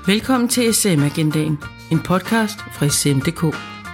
Velkommen til SCM-agendaen, en podcast fra SCM.dk.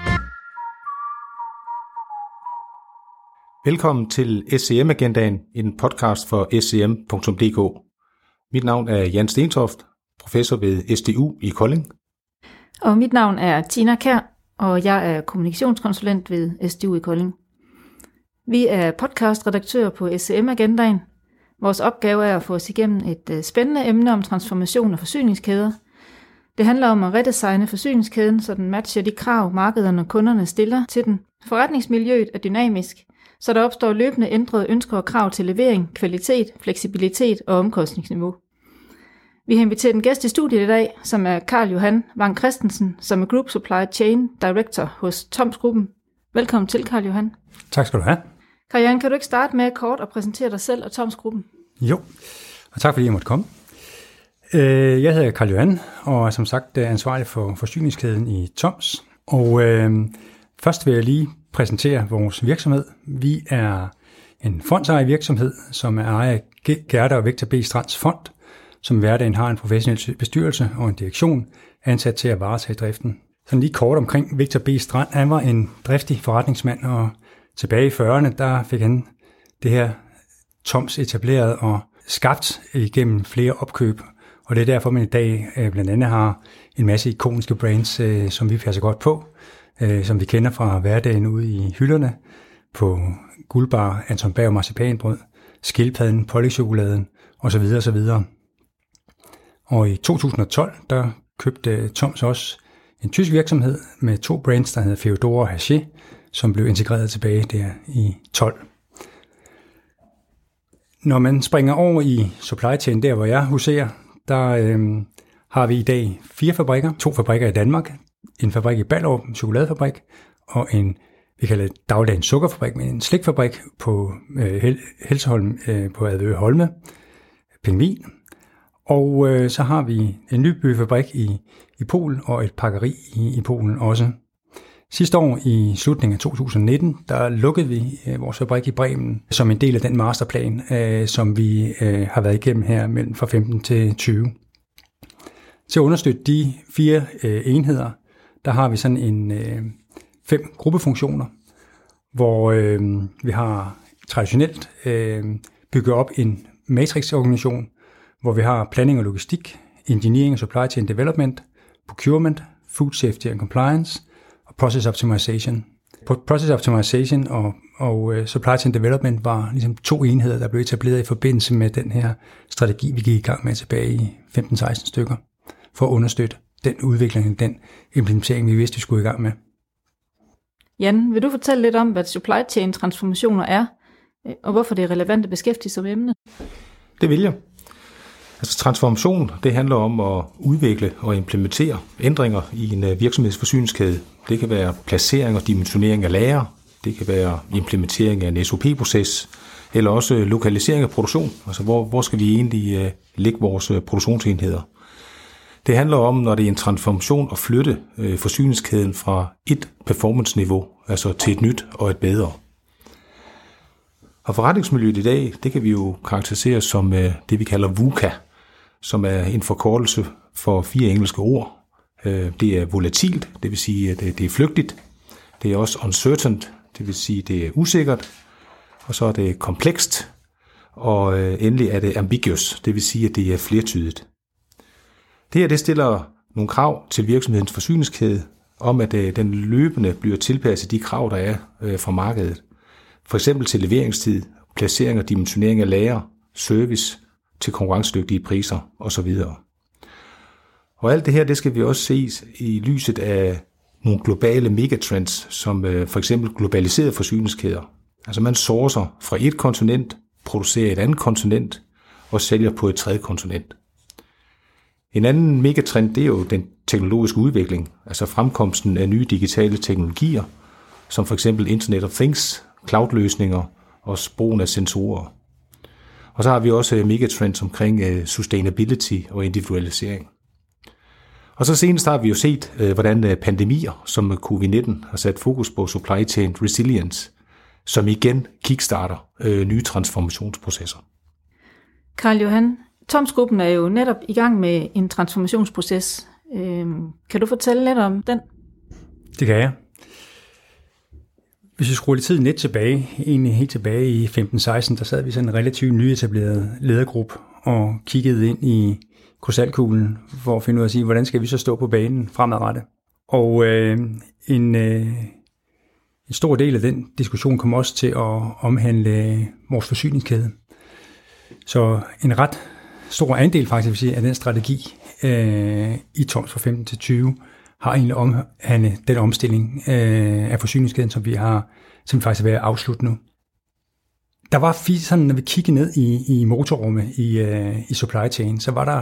Velkommen til SCM-agendaen, en podcast for SCM.dk. Mit navn er Jan Stentoft, professor ved SDU i Kolding. Og mit navn er Tina Kjær, og jeg er kommunikationskonsulent ved SDU i Kolding. Vi er podcastredaktører på SCM-agendaen. Vores opgave er at få os igennem et spændende emne om transformation af forsyningskæder. Det handler om at redesigne forsyningskæden, så den matcher de krav, markederne og kunderne stiller til den. Forretningsmiljøet er dynamisk, så der opstår løbende ændrede ønsker og krav til levering, kvalitet, fleksibilitet og omkostningsniveau. Vi har inviteret en gæst i studiet i dag, som er Carl Johan Vang Christensen, som er Group Supply Chain Director hos Toms Gruppen. Velkommen til, Carl Johan. Tak skal du have. Carl Johan, kan du ikke starte med kort at præsentere dig selv og Toms Gruppen? Jo, og tak fordi jeg måtte komme. Jeg hedder Carl Johan, og er som sagt ansvarlig for forsyningskæden i Toms. Og først vil jeg lige præsentere vores virksomhed. Vi er en fondsejet virksomhed, som er ejer af Gerda og Victor B. Strands Fond, som i hverdagen har en professionel bestyrelse og en direktion ansat til at varetage driften. Sådan lige kort omkring Victor B. Strand. Han var en driftig forretningsmand, og tilbage i 40'erne, der fik han det her Toms etableret og skabt igennem flere opkøb. Og det er derfor, man i dag blandt andet har en masse ikoniske brands, som vi passer godt på, som vi kender fra hverdagen ude i hylderne på Guldbar, Anton Berg marcipanbrød, Skildpadden, Polly-chokoladen osv. osv. Og i 2012, der købte Toms også en tysk virksomhed med 2 brands, der hedder Feodora og Haché, som blev integreret tilbage der i 12. Når man springer over i supply chain, der hvor jeg huserer, der har vi i dag 4 fabrikker. 2 fabrikker i Danmark. En fabrik i Ballerup, en chokoladefabrik, og en, vi kalder det dagligdagens sukkerfabrik, men en slikfabrik på Helseholm på Advø Holme, Pingvin. Og så har vi en Nyby-fabrik i Polen og et pakkeri i Polen også. Sidste år i slutningen af 2019, der lukkede vi vores fabrik i Bremen som en del af den masterplan, som vi har været igennem her mellem fra 15 til 20. Til at understøtte de 4 enheder, der har vi sådan en 5 gruppefunktioner, hvor vi har traditionelt bygget op en matrixorganisation, hvor vi har planning og logistik, engineering og supply chain development, procurement, food safety and compliance og process optimization. Process optimization og supply chain development var ligesom 2 enheder, der blev etableret i forbindelse med den her strategi, vi gik i gang med tilbage i 15-16 stykker, for at understøtte den udvikling, den implementering, vi vidste, vi skulle i gang med. Jan, vil du fortælle lidt om, hvad supply chain transformationer er, og hvorfor det er relevant at beskæftige sig med emnet? Det vil jeg. Altså transformation, det handler om at udvikle og implementere ændringer i en virksomhedsforsyningskæde. Det kan være placering og dimensionering af lager, det kan være implementering af en SOP-proces, eller også lokalisering af produktion. Altså hvor skal vi egentlig lægge vores produktionsenheder? Det handler om, når det er en transformation, at flytte forsyningskæden fra et performance-niveau, altså til et nyt og et bedre. Og forretningsmiljøet i dag, det kan vi jo karakterisere som det, vi kalder VUCA, som er en forkortelse for 4 engelske ord. Det er volatilt, det vil sige, at det er flygtigt. Det er også uncertain, det vil sige, at det er usikkert. Og så er det komplekst. Og endelig er det ambiguous, det vil sige, at det er flertydigt. Det her, det stiller nogle krav til virksomhedens forsyningskæde, om at den løbende bliver tilpasset de krav, der er fra markedet. For eksempel til leveringstid, placering og dimensionering af lager, service til konkurrencedygtige priser osv. Og alt det her, det skal vi også se i lyset af nogle globale megatrends, som for eksempel globaliserede forsyningskæder. Altså man sourcer fra et kontinent, producerer et andet kontinent og sælger på et tredje kontinent. En anden megatrend, det er jo den teknologiske udvikling, altså fremkomsten af nye digitale teknologier, som for eksempel Internet of Things, cloud-løsninger og brugen af sensorer. Og så har vi også megatrends omkring sustainability og individualisering. Og så senest har vi jo set, hvordan pandemier som COVID-19 har sat fokus på supply chain resilience, som igen kickstarter nye transformationsprocesser. Carl Johan, TOMS-gruppen er jo netop i gang med en transformationsproces. Kan du fortælle lidt om den? Det kan jeg. Hvis vi skruer lidt tiden lidt tilbage, egentlig helt tilbage i 15-16, der sad vi sådan en relativt nyetableret ledergruppe og kiggede ind i krystalkuglen for at finde ud af at sige, hvordan skal vi så stå på banen fremadrettet. Og en stor del af den diskussion kom også til at omhandle vores forsyningskæde. Så en ret stor andel faktisk vil sige, af den strategi i TOMS fra 15 til 20 har egentlig omhandlet den omstilling af forsyningskæden, som vi faktisk er ved at afslutte nu. Der var sådan, når vi kiggede ned i motorrummet i supply chain, så var der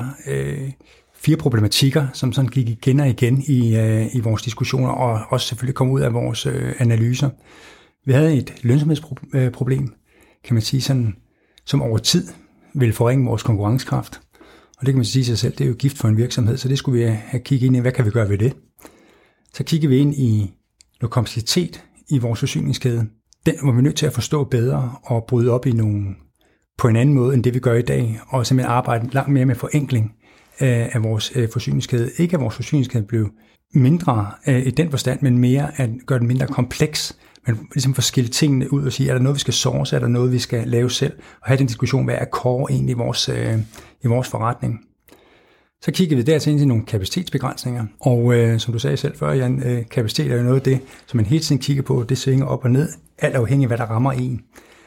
4 problematikker, som sådan gik igen og igen i vores diskussioner, og også selvfølgelig kom ud af vores analyser. Vi havde et lønsomhedsproblem, kan man sige, sådan, som over tid ville forringe vores konkurrencekraft. Og det kan man sige sig selv, det er jo gift for en virksomhed, så det skulle vi have kigget ind i, hvad kan vi gøre ved det? Så kigger vi ind i noget kompleksitet i vores forsyningskæde. Den var vi nødt til at forstå bedre og bryde op i på en anden måde, end det vi gør i dag, og simpelthen arbejde langt mere med forenkling af vores forsyningskæde. Ikke at vores forsyningskæde blev mindre i den forstand, men mere at gøre den mindre kompleks, men ligesom forskellige tingene ud og sige, er der noget, vi skal source, er der noget, vi skal lave selv, og have den diskussion, hvad er core egentlig i vores forretning. Så kiggede vi dertil ind til nogle kapacitetsbegrænsninger, og som du sagde selv før, Jan, kapacitet er jo noget af det, som man hele tiden kigger på, det svinger op og ned, alt afhængig af, hvad der rammer en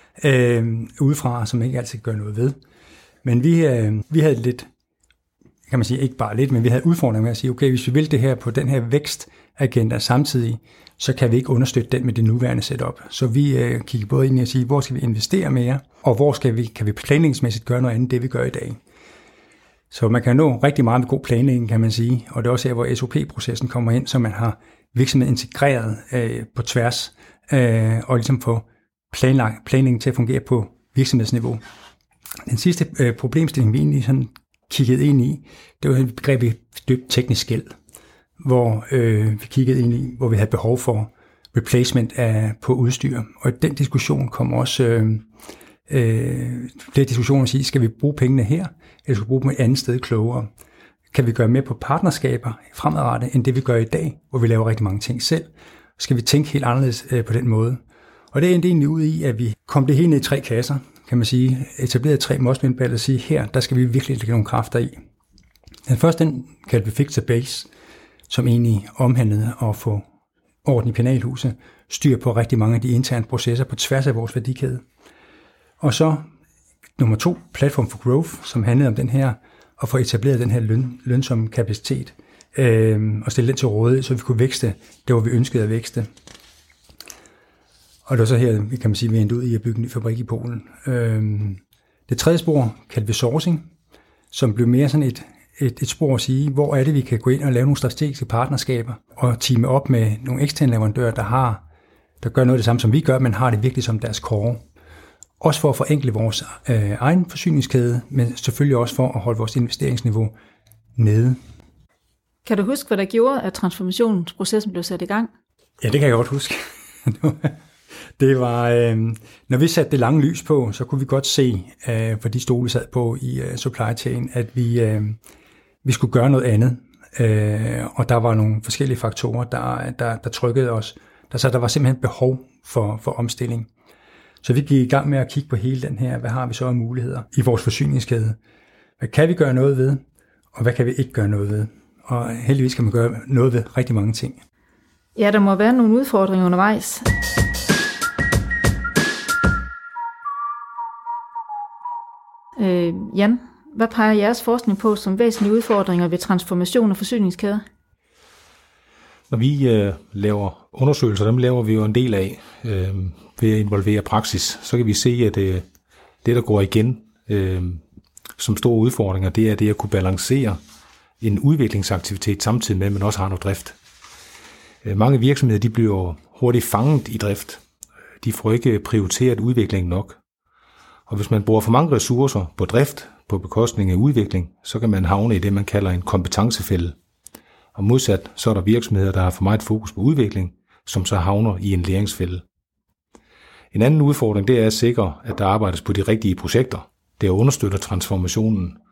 udefra, som ikke altid gør noget ved. Men vi havde lidt, kan man sige, ikke bare lidt, men vi havde udfordringer med at sige, okay, hvis vi vil det her på den her vækstagenda samtidig, så kan vi ikke understøtte den med det nuværende setup. Så vi kigger både ind i at sige, hvor skal vi investere mere, og hvor kan vi planlægningsmæssigt gøre noget andet, det vi gør i dag. Så man kan nå rigtig meget med god planlægning, kan man sige, og det er også her, hvor SOP-processen kommer ind, så man har virksomheden integreret på tværs, og ligesom få planlægning til at fungere på virksomhedsniveau. Den sidste problemstilling, vi egentlig sådan kiggede ind i, det var et begreb, vi døbte teknisk gæld, hvor vi kiggede ind i, hvor vi havde behov for replacement på udstyr. Og i den diskussion kom også flere diskussioner at sige, skal vi bruge pengene her, eller skal vi bruge dem et andet sted klogere? Kan vi gøre mere på partnerskaber fremadrettet, end det vi gør i dag, hvor vi laver rigtig mange ting selv? Skal vi tænke helt anderledes på den måde? Og det endte egentlig ud i, at vi kom det hele ned i 3 kasser, kan man sige, etablerede 3 must-win-battles og sige, her, der skal vi virkelig lægge nogle kræfter i. Den første, den kaldte vi Fix the Base, som egentlig omhandlede at få orden i penalhuset, styr på rigtig mange af de interne processer på tværs af vores værdikæde. Og så nummer 2, Platform for Growth, som handlede om den her, at få etableret den her lønsomme kapacitet, og stille den til rådighed, så vi kunne vækste, det var vi ønskede at vækste. Og det var så her, kan man sige, vi endte ud i at bygge en ny fabrik i Polen. Det tredje spor kaldte vi sourcing, som blev mere sådan et spor at sige, hvor er det, vi kan gå ind og lave nogle strategiske partnerskaber, og teame op med nogle eksterne leverandører, der gør noget af det samme, som vi gør, men har det virkelig som deres core. Også for at forenkle vores egen forsyningskæde, men selvfølgelig også for at holde vores investeringsniveau nede. Kan du huske, hvad der gjorde, at transformationsprocessen blev sat i gang? Ja, det kan jeg godt huske. Det var, når vi satte det lange lys på, så kunne vi godt se, for de stole, vi sad på i supply chain, at vi skulle gøre noget andet. Og der var nogle forskellige faktorer, der trykkede os. Der var simpelthen behov for omstilling. Så vi gik i gang med at kigge på hele den her, hvad har vi så af muligheder i vores forsyningskæde? Hvad kan vi gøre noget ved, og hvad kan vi ikke gøre noget ved? Og heldigvis kan man gøre noget ved rigtig mange ting. Ja, der må være nogle udfordringer undervejs. Jan, hvad peger jeres forskning på som væsentlige udfordringer ved transformation af forsyningskæder? Når vi laver undersøgelser, dem laver vi jo en del af ved at involvere praksis. Så kan vi se, at det der går igen som store udfordringer, det er det at kunne balancere en udviklingsaktivitet samtidig med, at man også har noget drift. Mange virksomheder, de bliver hurtigt fanget i drift. De får ikke prioriteret udviklingen nok. Og hvis man bruger for mange ressourcer på drift på bekostning af udvikling, så kan man havne i det, man kalder en kompetencefælde. Og modsat, så er der virksomheder, der har for meget fokus på udvikling, som så havner i en læringsfælde. En anden udfordring, det er at sikre, at der arbejdes på de rigtige projekter. Det understøtter transformationen.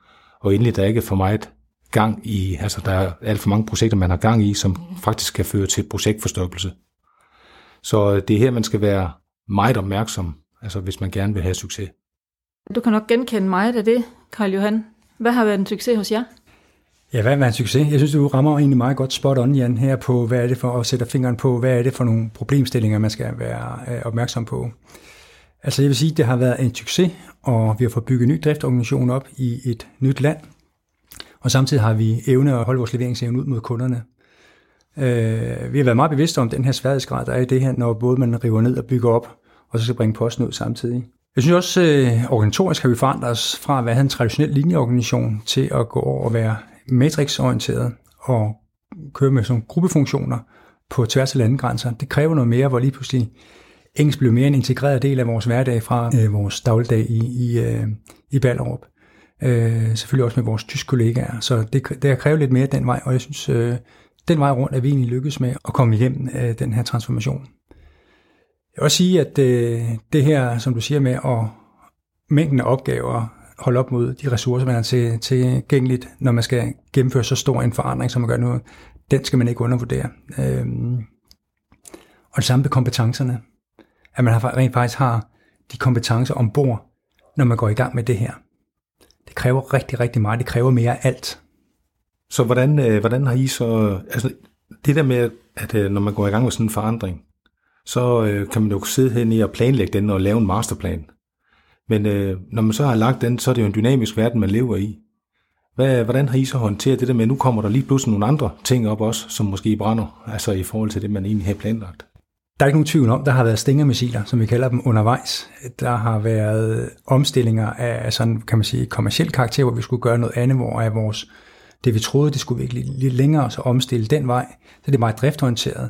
Og endelig, der er ikke for meget gang i, altså der er alt for mange projekter, man har gang i, som faktisk kan føre til projektforstoppelse. Så det er her, man skal være meget opmærksom, altså hvis man gerne vil have succes. Du kan nok genkende meget af det, Karl Johan. Hvad har været en succes hos jer? Ja, hvad har været en succes? Jeg synes, du rammer egentlig meget godt spot on, Jan, her på, hvad er det for at sætte fingeren på, hvad er det for nogle problemstillinger, man skal være opmærksom på. Altså jeg vil sige, at det har været en succes, og vi har fået bygget en ny driftorganisation op i et nyt land, og samtidig har vi evne at holde vores leveringsevne ud mod kunderne. Vi har været meget bevidste om den her sværhedsgrad, der er i det her, når både man river ned og bygger op, og så skal bringe posten ud samtidig. Jeg synes også, organisatorisk har vi forandret os fra at være en traditionel linjeorganisation til at gå over og være matrixorienteret og køre med sådan gruppefunktioner på tværs af landegrænser. Det kræver noget mere, hvor lige pludselig engelsk bliver mere en integreret del af vores hverdag fra vores dagligdag i Ballerup. Selvfølgelig også med vores tyske kollegaer, så det har krævet lidt mere den vej, og jeg synes, den vej rundt er vi egentlig lykkes med at komme igennem den her transformation. Jeg vil også sige, at det her, som du siger med at mængden af opgaver holde op mod de ressourcer, man har tilgængeligt, når man skal gennemføre så stor en forandring, som man gør nu, den skal man ikke undervurdere. Og det samme med kompetencerne. At man rent faktisk har de kompetencer ombord, når man går i gang med det her. Det kræver rigtig, rigtig meget. Det kræver mere af alt. Så hvordan har I så... Altså det der med, at når man går i gang med sådan en forandring, så kan man jo sidde hen og planlægge den og lave en masterplan. Men når man så har lagt den, så er det jo en dynamisk verden, man lever i. Hvordan har I så håndteret det der med, at nu kommer der lige pludselig nogle andre ting op også, som måske brænder, altså i forhold til det, man egentlig har planlagt? Der er ikke nogen tvivl om, der har været Stinger-missiler, som vi kalder dem, undervejs. Der har været omstillinger af sådan, kan man sige, kommerciel karakter, hvor vi skulle gøre noget andet, hvor det vi troede, det skulle virkelig lidt længere, så omstille den vej. Så det er meget driftorienteret.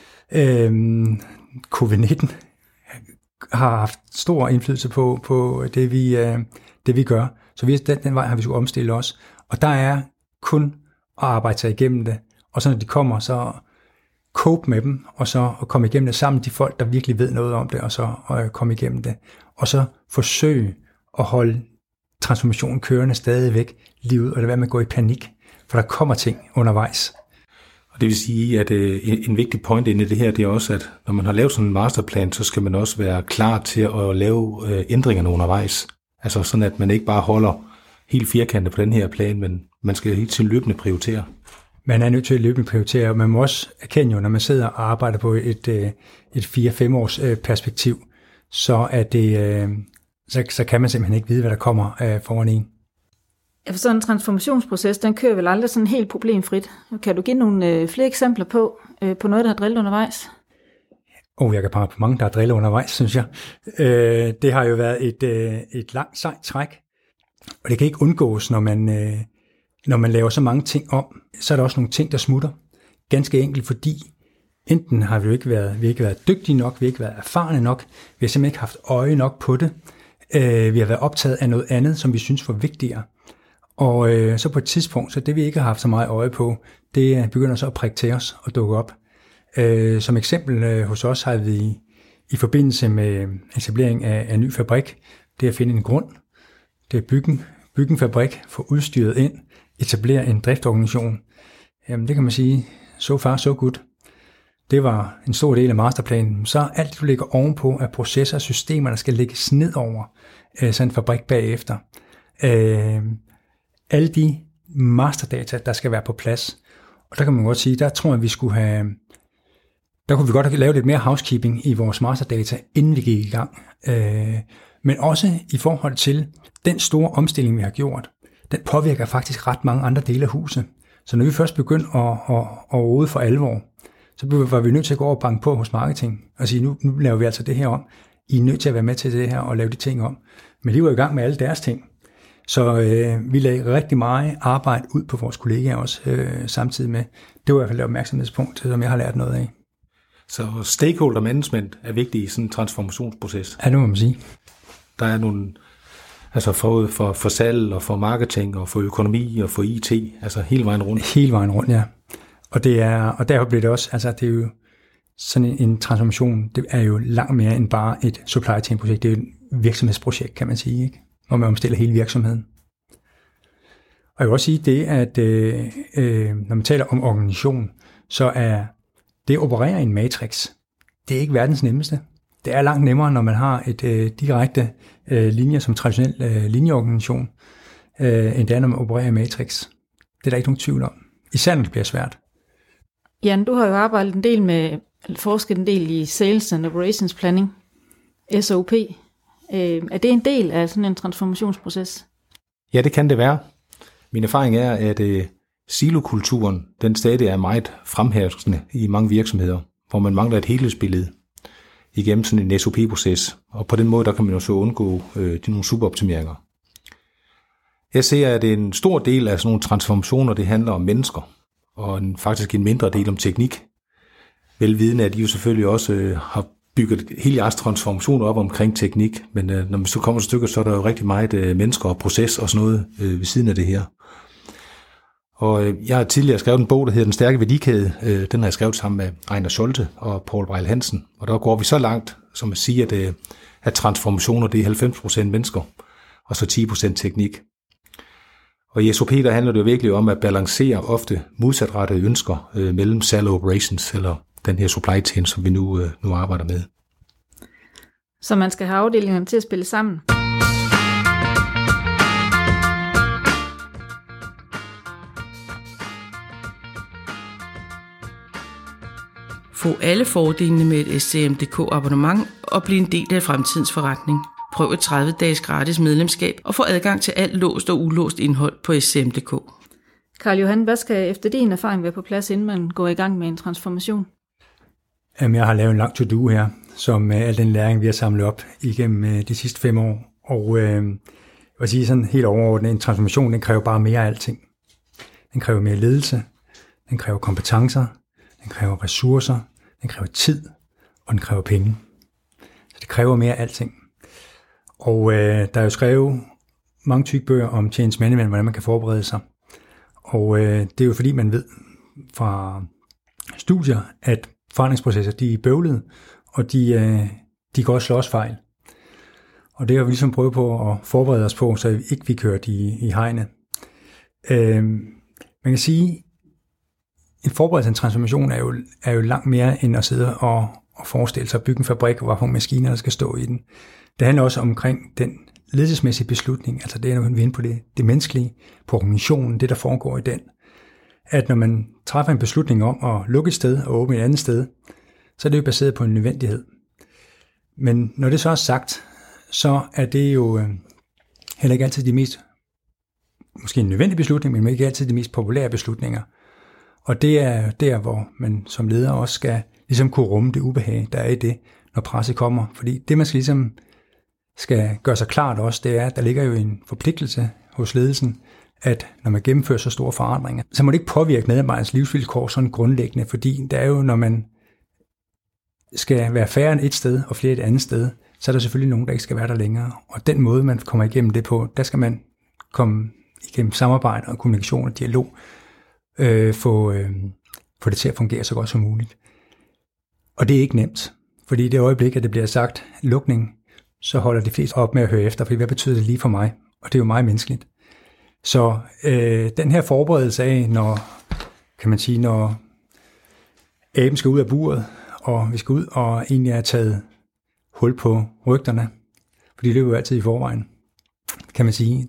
Covid-19 har haft stor indflydelse på det vi gør. Så den vej har vi skulle omstille os. Og der er kun at arbejde sig igennem det. Og så når de kommer, så cope med dem, og så at komme igennem det sammen, de folk, der virkelig ved noget om det, og så at komme igennem det. Og så forsøge at holde transformationen kørende stadigvæk livet, og det være med at gå i panik, for der kommer ting undervejs. Og det vil sige, at en vigtig point inde i det her, det er også, at når man har lavet sådan en masterplan, så skal man også være klar til at lave ændringerne undervejs. Altså sådan, at man ikke bare holder helt firkantet på den her plan, men man skal helt tiden løbende prioritere. Man er nødt til at løbende prioritere, og man må også erkende jo, når man sidder og arbejder på et 4-5 års perspektiv, så er det, så kan man simpelthen ikke vide, hvad der kommer foran en. Ja, for sådan en transformationsproces, den kører vel aldrig sådan helt problemfrit. Kan du give nogle flere eksempler på noget, der har drillet undervejs? Jeg kan pege på mange, der har drillet undervejs, synes jeg. Det har jo været et langt sejt træk, og det kan ikke undgås, når man laver så mange ting om, så er der også nogle ting, der smutter. Ganske enkelt, fordi enten har vi ikke været dygtige nok, vi har ikke været erfarne nok, vi har simpelthen ikke haft øje nok på det, vi har været optaget af noget andet, som vi synes var vigtigere. Og så på et tidspunkt, så det vi ikke har haft så meget øje på, det begynder så at prikke til os og dukke op. Som eksempel hos os har vi i forbindelse med etablering af en ny fabrik, det er at finde en grund, det er bygge en fabrik, få udstyret ind, etablere en driftorganisation. Jamen det kan man sige, so far so good. Det var en stor del af masterplanen. Så alt det, du lægger ovenpå af processer og systemer, der skal lægges ned over sådan en fabrik bagefter. Alle de masterdata, der skal være på plads. Og der kan man godt sige, der tror jeg, der kunne vi godt have lavet lidt mere housekeeping i vores masterdata, inden vi gik i gang. Men også i forhold til den store omstilling, vi har gjort, den påvirker faktisk ret mange andre dele af huset. Så når vi først begyndte at rode for alvor, så var vi nødt til at gå over og banke på hos marketing og sige, nu laver vi altså det her om. I er nødt til at være med til det her og lave de ting om. Men de var i gang med alle deres ting. Så vi lagde rigtig meget arbejde ud på vores kollegaer også samtidig med. Det var i hvert fald et opmærksomhedspunkt, som jeg har lært noget af. Så stakeholder management er vigtigt i sådan en transformationsproces? Ja, det må man sige. Der er nogle, altså for salg og for marketing og for økonomi og for IT, altså hele vejen rundt? Hele vejen rundt, ja. Og derfor bliver det også, altså det er jo sådan en transformation, det er jo langt mere end bare et supply chain projekt, det er jo et virksomhedsprojekt, kan man sige, ikke? Hvor man omstiller hele virksomheden. jeg vil også sige det, at når man taler om organisation, så er det at operere i en matrix, det er ikke verdens nemmeste. Det er langt nemmere, når man har et direkte linje som traditionel linjeorganisation, end det er, når man opererer i matrix. Det er der ikke nogen tvivl om. Især når det bliver svært. Jan, du har jo arbejdet en del forsket en del i Sales and Operations Planning, SOP. Er det en del af sådan en transformationsproces? Ja, det kan det være. Min erfaring er, at silokulturen, den stadig er meget fremherskende i mange virksomheder, hvor man mangler et helhedsbillede igennem sådan en SOP-proces. Og på den måde, der kan man jo så undgå nogle superoptimeringer. Jeg ser, at en stor del af sådan nogle transformationer, det handler om mennesker, og faktisk en mindre del om teknik. Velvidende, at de jo selvfølgelig også har bygget hele jeres transformationer op omkring teknik, men når man så kommer til stykket, så er der jo rigtig meget mennesker og proces og sådan noget ved siden af det her. Og jeg har tidligere skrevet en bog, der hedder Den stærke værdikæde. Den har jeg skrevet sammen med Ejner Scholte og Paul Breil Hansen. Og der går vi så langt, som at sige, at transformationer, det er 90% mennesker, og så 10% teknik. Og i SOP, der handler det jo virkelig om at balancere ofte modsatrettede ønsker mellem salg og operations, eller den her supply chain, som vi nu arbejder med. Så man skal have afdelingerne til at spille sammen? Få alle fordelene med et SCM.dk abonnement og bliv en del af fremtidens forretning. Prøv et 30-dages gratis medlemskab og få adgang til alt låst og ulåst indhold på SCM.dk. Karl Johan, hvad skal efter din erfaring være på plads, inden man går i gang med en transformation? Jamen, jeg har lavet en lang to-do her, som al den læring, vi har samlet op igennem de sidste 5 år. Og jeg vil sige sådan helt overordnet, en transformation, den kræver bare mere af alting. Den kræver mere ledelse, den kræver kompetencer, den kræver ressourcer, den kræver tid, og den kræver penge. Så det kræver mere af alting. Og der er jo skrevet mange tykke bøger om change management, hvordan man kan forberede sig. Og det er jo fordi, man ved fra studier, at forandringsprocesser, de er bøvlede, og de kan også slå os fejl. Og det har vi ligesom prøvet på at forberede os på, så vi ikke kører i hegnet. Man kan sige, en forberedelse af en transformation er jo langt mere end at sidde og forestille sig at bygge en fabrik, og hvad for nogle maskiner, der skal stå i den. Det handler også omkring den ledelsesmæssige beslutning, altså det, når vi er inde på det menneskelige, på organisationen, det der foregår i den. At når man træffer en beslutning om at lukke et sted og åbne et andet sted, så er det jo baseret på en nødvendighed. Men når det så er sagt, så er det jo heller ikke altid de mest, måske en nødvendig beslutning, men ikke altid de mest populære beslutninger. Og det er der, hvor man som leder også skal ligesom kunne rumme det ubehag, der er i det, når presset kommer. Fordi det, man skal gøre sig klart også, det er, at der ligger jo en forpligtelse hos ledelsen, at når man gennemfører så store forandringer, så må det ikke påvirke medarbejdernes livsvilkår sådan grundlæggende, fordi det er jo, når man skal være færre end et sted og flere et andet sted, så er der selvfølgelig nogen, der ikke skal være der længere. Og den måde, man kommer igennem det på, der skal man komme igennem samarbejde og kommunikation og dialog, få det til at fungere så godt som muligt. Og det er ikke nemt, fordi i det øjeblik, at det bliver sagt lukning, så holder de fleste op med at høre efter, fordi hvad betyder det lige for mig? Og det er jo meget menneskeligt. Så den her forberedelse af, når aben skal ud af buret, og vi skal ud og egentlig have taget hul på rygterne, for de løber jo altid i forvejen, kan man sige.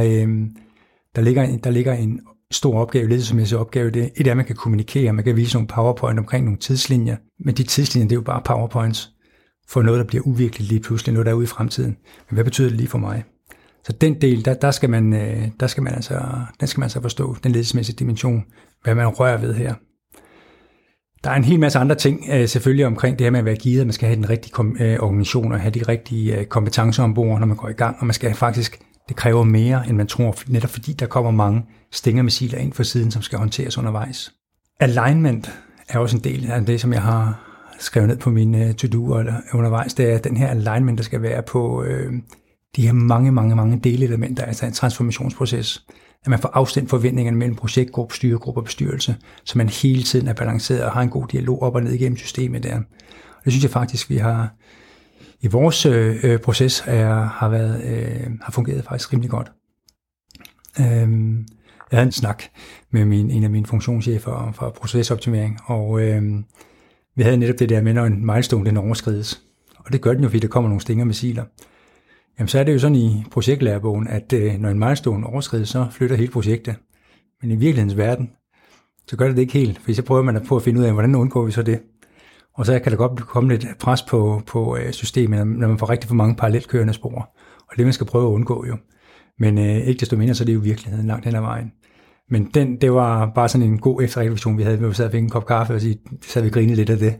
Der ligger en stor opgave, ledelsesmæssig opgave. Det er, at man kan kommunikere, man kan vise nogle PowerPoint omkring nogle tidslinjer, men de tidslinjer, det er jo bare PowerPoints for noget, der bliver uvirkeligt lige pludselig, noget der er ude i fremtiden. Men hvad betyder det lige for mig? Så den del, den skal man altså forstå, den ledelsesmæssige dimension, hvad man rører ved her. Der er en hel masse andre ting, selvfølgelig omkring det her med at være gearet, at man skal have den rigtige organisation og have de rigtige kompetencer ombord, når man går i gang, og man skal faktisk, det kræver mere, end man tror, netop fordi der kommer mange stængermissiler ind for siden, som skal håndteres undervejs. Alignment er også en del af det, som jeg har skrevet ned på min to-do undervejs. Det er den her alignment, der skal være på de her mange delelementer, altså en transformationsproces. At man får afstemt forventningerne mellem projektgruppe, styregruppe og bestyrelse, så man hele tiden er balanceret og har en god dialog op og ned igennem systemet der. Og det synes jeg faktisk, vi har i vores proces har fungeret faktisk rimelig godt. Jeg havde en snak med en af mine funktionschefer for procesoptimering, og vi havde netop det der med, når en milestone den overskrides. Og det gør den jo, fordi der kommer nogle Stinger-missiler. Jamen så er det jo sådan i projektlærebogen, at når en milestone overskrides, så flytter hele projektet. Men i virkelighedens verden, så gør det ikke helt, for så prøver man på at finde ud af, hvordan undgår vi så det. Og så kan der godt komme lidt pres på systemet, når man får rigtig for mange parallelkørende spor. Og det man skal prøve at undgå jo. Men ikke desto mindre, så er det jo virkeligheden langt hen ad vejen. Men det var bare sådan en god efterrevision, vi havde, hvor vi sad og fik en kop kaffe, og så sad vi og grinede lidt af det.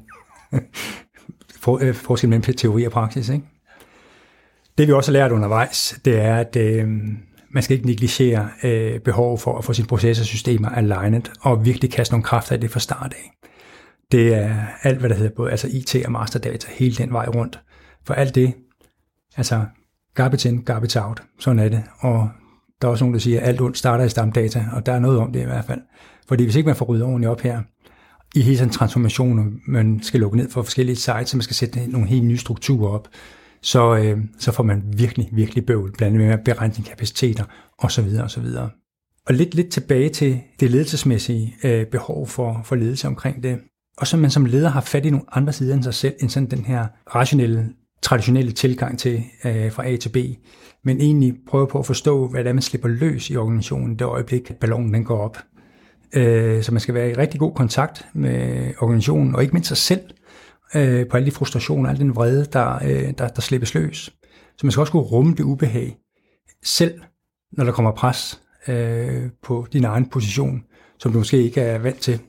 Forskel mellem teori og praksis, ikke? Det vi også har lært undervejs, det er, at man skal ikke negligere behov for at få sine processorsystemer aligned, og virkelig kaste nogle kræfter i det fra start af. Det er alt, hvad der hedder både altså IT og masterdata, hele den vej rundt. For alt det, altså garbage in, garbage out, sådan er det. Og der er også nogen, der siger, at alt ondt starter i stamdata, og der er noget om det i hvert fald. Fordi hvis ikke man får ryddet ordentligt op her, i hele sådan en transformation, man skal lukke ned for forskellige sites, så man skal sætte nogle helt nye strukturer op, så får man virkelig, virkelig bøvl, blandt andet med beregning kapaciteter osv. osv. Og lidt tilbage til det ledelsesmæssige behov for ledelse omkring det. Og så man som leder har fat i nogle andre sider end sig selv, end sådan den her rationelle, traditionelle tilgang til fra A til B, men egentlig prøve på at forstå, hvad det er, man slipper løs i organisationen, det øjeblik, ballonen den går op. Så man skal være i rigtig god kontakt med organisationen, og ikke mindst sig selv, på alle de frustrationer, al den vrede, der slippes løs. Så man skal også kunne rumme det ubehag selv, når der kommer pres på din egen position, som du måske ikke er vant til.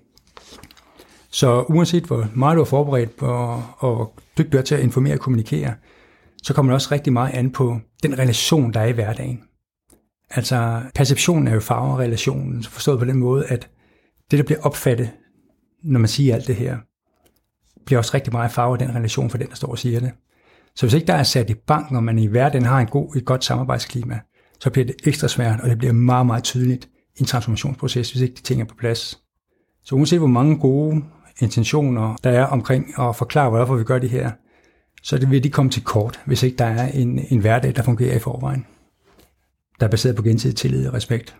Så uanset hvor meget du er forberedt på, og dygtig du er til at informere og kommunikere, så kommer det også rigtig meget an på den relation, der er i hverdagen. Altså perceptionen er jo farverelationen, forstået på den måde, at det, der bliver opfattet, når man siger alt det her, bliver også rigtig meget farve af den relation for den, der står og siger det. Så hvis ikke der er sat i banken, og man i hverdagen har et godt samarbejdsklima, så bliver det ekstra svært, og det bliver meget, meget tydeligt i en transformationsproces, hvis ikke de ting er på plads. Så uanset hvor mange gode intentioner der er omkring at forklare, hvorfor vi gør det her, så vil de komme til kort, hvis ikke der er en hverdag, der fungerer i forvejen. Der er baseret på gensidig tillid og respekt.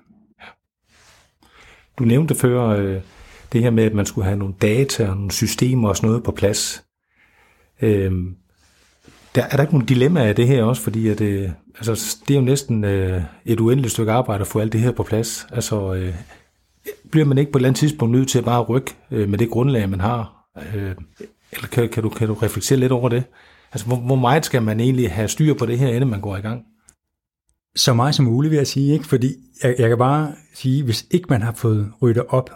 Du nævnte før det her med, at man skulle have nogle data og nogle systemer og sådan noget på plads. Er der ikke nogle dilemmaer af det her også? Fordi at, det er jo næsten et uendeligt stykke arbejde at få alt det her på plads. Altså, bliver man ikke på et eller andet tidspunkt nødt til at bare rykke med det grundlag, man har? Eller kan du reflektere lidt over det? Altså, hvor meget skal man egentlig have styr på det her, inden man går i gang? Så meget som muligt, vil jeg sige, ikke? Fordi jeg kan bare sige, hvis ikke man har fået ryddet op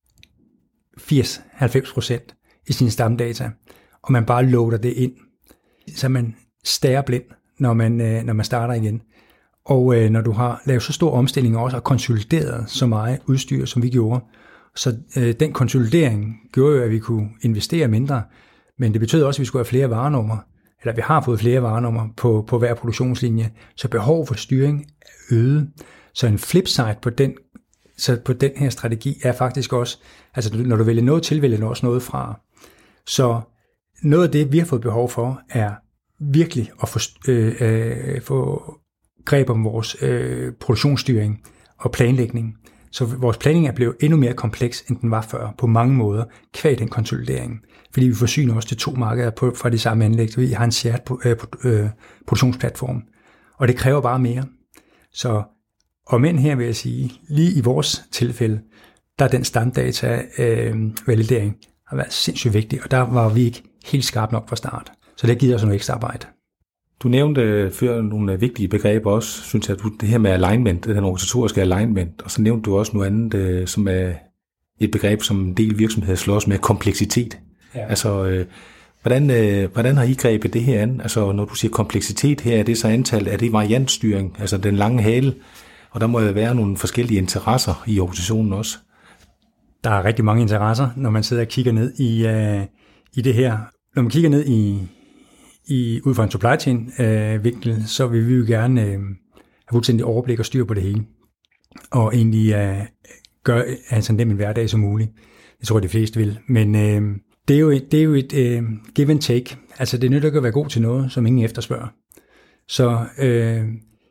80-90% i sine stamdata, og man bare loader det ind, så man stager blind, når man starter igen. Og når du har lavet så stor omstilling også, og konsolideret så meget udstyr, som vi gjorde, så den konsolidering gjorde jo, at vi kunne investere mindre, men det betød også, at vi skulle have flere varenumre, eller vi har fået flere varenumre på hver produktionslinje, så behov for styring er øget. Så en flipside på den her strategi er faktisk også, altså når du vælger noget til, vælger du også noget fra. Så noget af det, vi har fået behov for, er virkelig at få greb om vores produktionsstyring og planlægning. Så vores planning er blevet endnu mere kompleks, end den var før, på mange måder, kvad den konsolidering. Fordi vi forsyner også til 2 markeder fra de samme anlæg. Vi har en shared produktionsplatform, og det kræver bare mere. Så men her vil jeg sige, lige i vores tilfælde, der er den standdata-validering har været sindssygt vigtig, og der var vi ikke helt skarpe nok fra start. Så det giver os noget ekstra arbejde. Du nævnte før nogle vigtige begreber også, synes jeg, det her med alignment, den organisatoriske alignment, og så nævnte du også noget andet, som er et begreb, som en del virksomheder slås med, kompleksitet. Ja. Altså, hvordan har I grebet det her an? Altså, når du siger kompleksitet her, er det så antallet, er det variantstyring, altså den lange hale, og der må jo være nogle forskellige interesser i organisationen også. Der er rigtig mange interesser, når man sidder og kigger ned i det her. Når man kigger ned ud fra en supply chain vinkel, så vil vi jo gerne have fuldstændig overblik og styr på det hele. Og egentlig gøre så nem en hverdag som muligt. Det tror jeg, de fleste vil. Men det er jo et give and take. Altså det nytter ikke at være god til noget, som ingen efterspørger. Så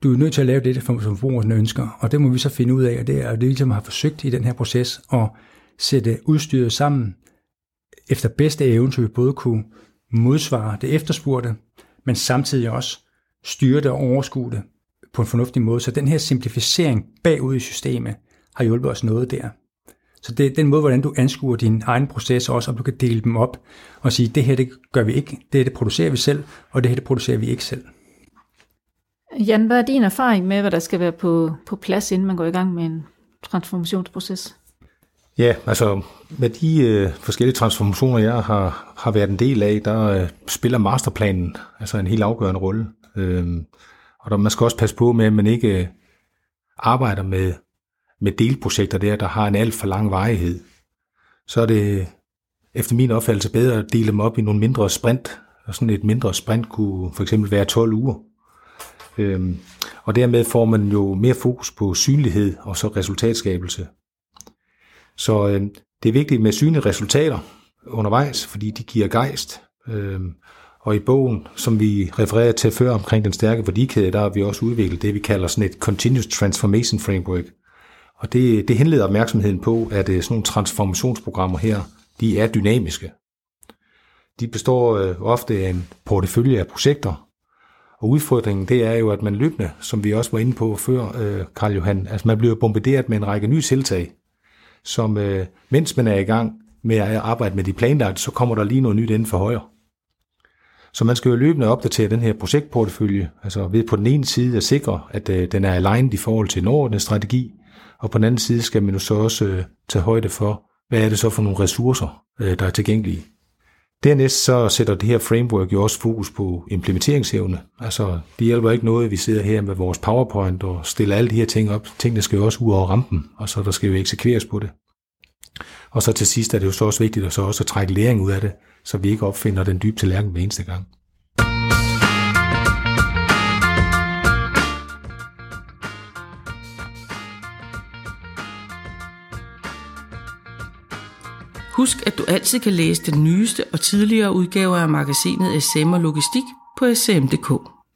du er nødt til at lave det, som forbrugerne ønsker, og det må vi så finde ud af, og det er det, som har forsøgt i den her proces at sætte udstyret sammen efter bedste evne, så vi både kunne modsvare det efterspurgte, men samtidig også styre det og overskue det på en fornuftig måde. Så den her simplificering bagud i systemet har hjulpet os noget der. Så det er den måde, hvordan du anskuer din egen proces også, og du kan dele dem op og sige, det her det gør vi ikke, det her det producerer vi selv, og det her det producerer vi ikke selv. Jan, hvad er din erfaring med, hvad der skal være på plads, inden man går i gang med en transformationsproces? Ja, altså med de forskellige transformationer, jeg har været en del af, der spiller masterplanen altså en helt afgørende rolle. Og man skal også passe på med, at man ikke arbejder med delprojekter der har en alt for lang varighed. Så er det efter min opfattelse bedre at dele dem op i nogle mindre sprint, og sådan et mindre sprint kunne for eksempel være 12 uger. Og dermed får man jo mere fokus på synlighed og så resultatskabelse. Så det er vigtigt med synlige resultater undervejs, fordi de giver gejst. Og i bogen, som vi refererede til før omkring den stærke værdikæde, der har vi også udviklet det, vi kalder sådan et Continuous Transformation Framework. Og det henleder opmærksomheden på, at sådan nogle transformationsprogrammer her, de er dynamiske. De består ofte af en portefølje af projekter, og udfordringen det er jo, at man løbende, som vi også var inde på før, Karl Johan, altså man bliver bombarderet med en række nye tiltag, som mens man er i gang med at arbejde med de planlagt, så kommer der lige noget nyt inden for højre. Så man skal jo løbende opdatere den her projektportefølje, altså ved på den ene side at sikre, at den er aligned i forhold til en overordnet strategi, og på den anden side skal man jo så også tage højde for, hvad er det så for nogle ressourcer, der er tilgængelige. Dernæst så sætter det her framework jo også fokus på implementeringsevne. Altså det hjælper ikke noget, at vi sidder her med vores PowerPoint og stiller alle de her ting op. Tingene skal jo også ud over rampen, og så der skal jo eksekveres på det. Og så til sidst er det jo så også vigtigt at trække læring ud af det, så vi ikke opfinder den dybe tallerken hver eneste gang. Husk, at du altid kan læse den nyeste og tidligere udgaver af magasinet SM og Logistik på sm.dk.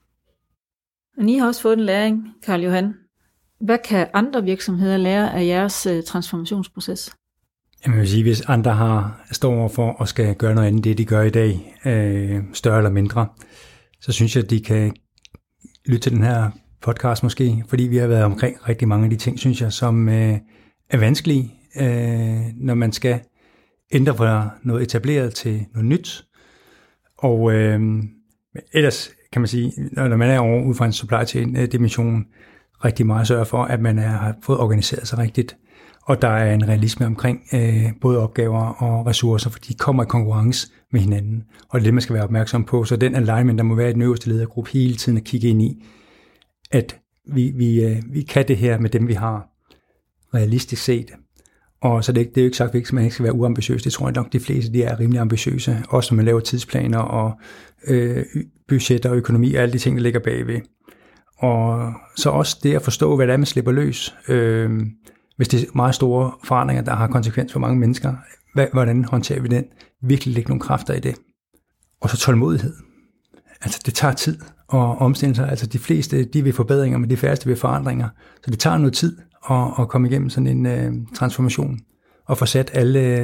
Og I har også fået en læring, Karl Johan. Hvad kan andre virksomheder lære af jeres transformationsproces? Jeg vil sige, hvis andre står overfor og skal gøre noget andet, det de gør i dag, større eller mindre, så synes jeg, at de kan lytte til den her podcast måske, fordi vi har været omkring rigtig mange af de ting, synes jeg, som er vanskelige, når man skal ændre fra noget etableret til noget nyt. Og ellers kan man sige, når man er over ud fra en supply chain dimension, rigtig meget sørge for, at man har fået organiseret sig rigtigt, og der er en realisme omkring både opgaver og ressourcer, for de kommer i konkurrence med hinanden, og det er det, man skal være opmærksom på. Så den alignment, der må være i den øverste ledergruppe hele tiden at kigge ind i, at vi kan det her med dem, vi har realistisk set. Og så det er jo ikke sagt, at man ikke skal være uambitiøs. Det tror jeg nok, de fleste de er rimelig ambitiøse, også når man laver tidsplaner og budgetter og økonomi og alle de ting, der ligger bagved. Og så også det at forstå, hvad det er, man slipper løs. Hvis det er meget store forandringer, der har konsekvens for mange mennesker, hvordan håndterer vi den? Virkelig lægge nogle kræfter i det. Og så tålmodighed. Altså det tager tid at omstille sig. Altså de fleste, de vil forbedringer, men de færreste vil forandringer. Så det tager noget tid at komme igennem sådan en transformation og få sat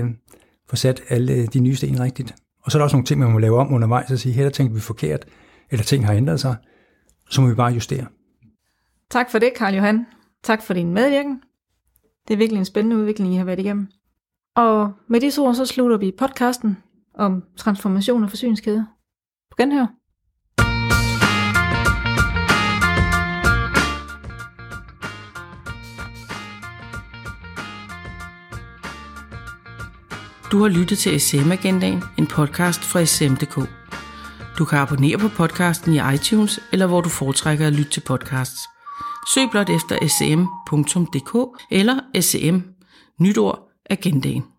alle de nye sten rigtigt. Og så er der også nogle ting, man må lave om undervejs og sige, her der tænkte vi forkert, eller ting har ændret sig, så må vi bare justere. Tak for det, Karl Johan. Tak for din medvirken. Det er virkelig en spændende udvikling, I har været igennem. Og med disse ord, så slutter vi podcasten om transformation og forsyningskæde. På genhør. Du har lyttet til SM-agendaen, en podcast fra sm.dk. Du kan abonnere på podcasten i iTunes, eller hvor du foretrækker at lytte til podcasts. Søg blot efter sm.dk eller sm, nyt ord, agendaen.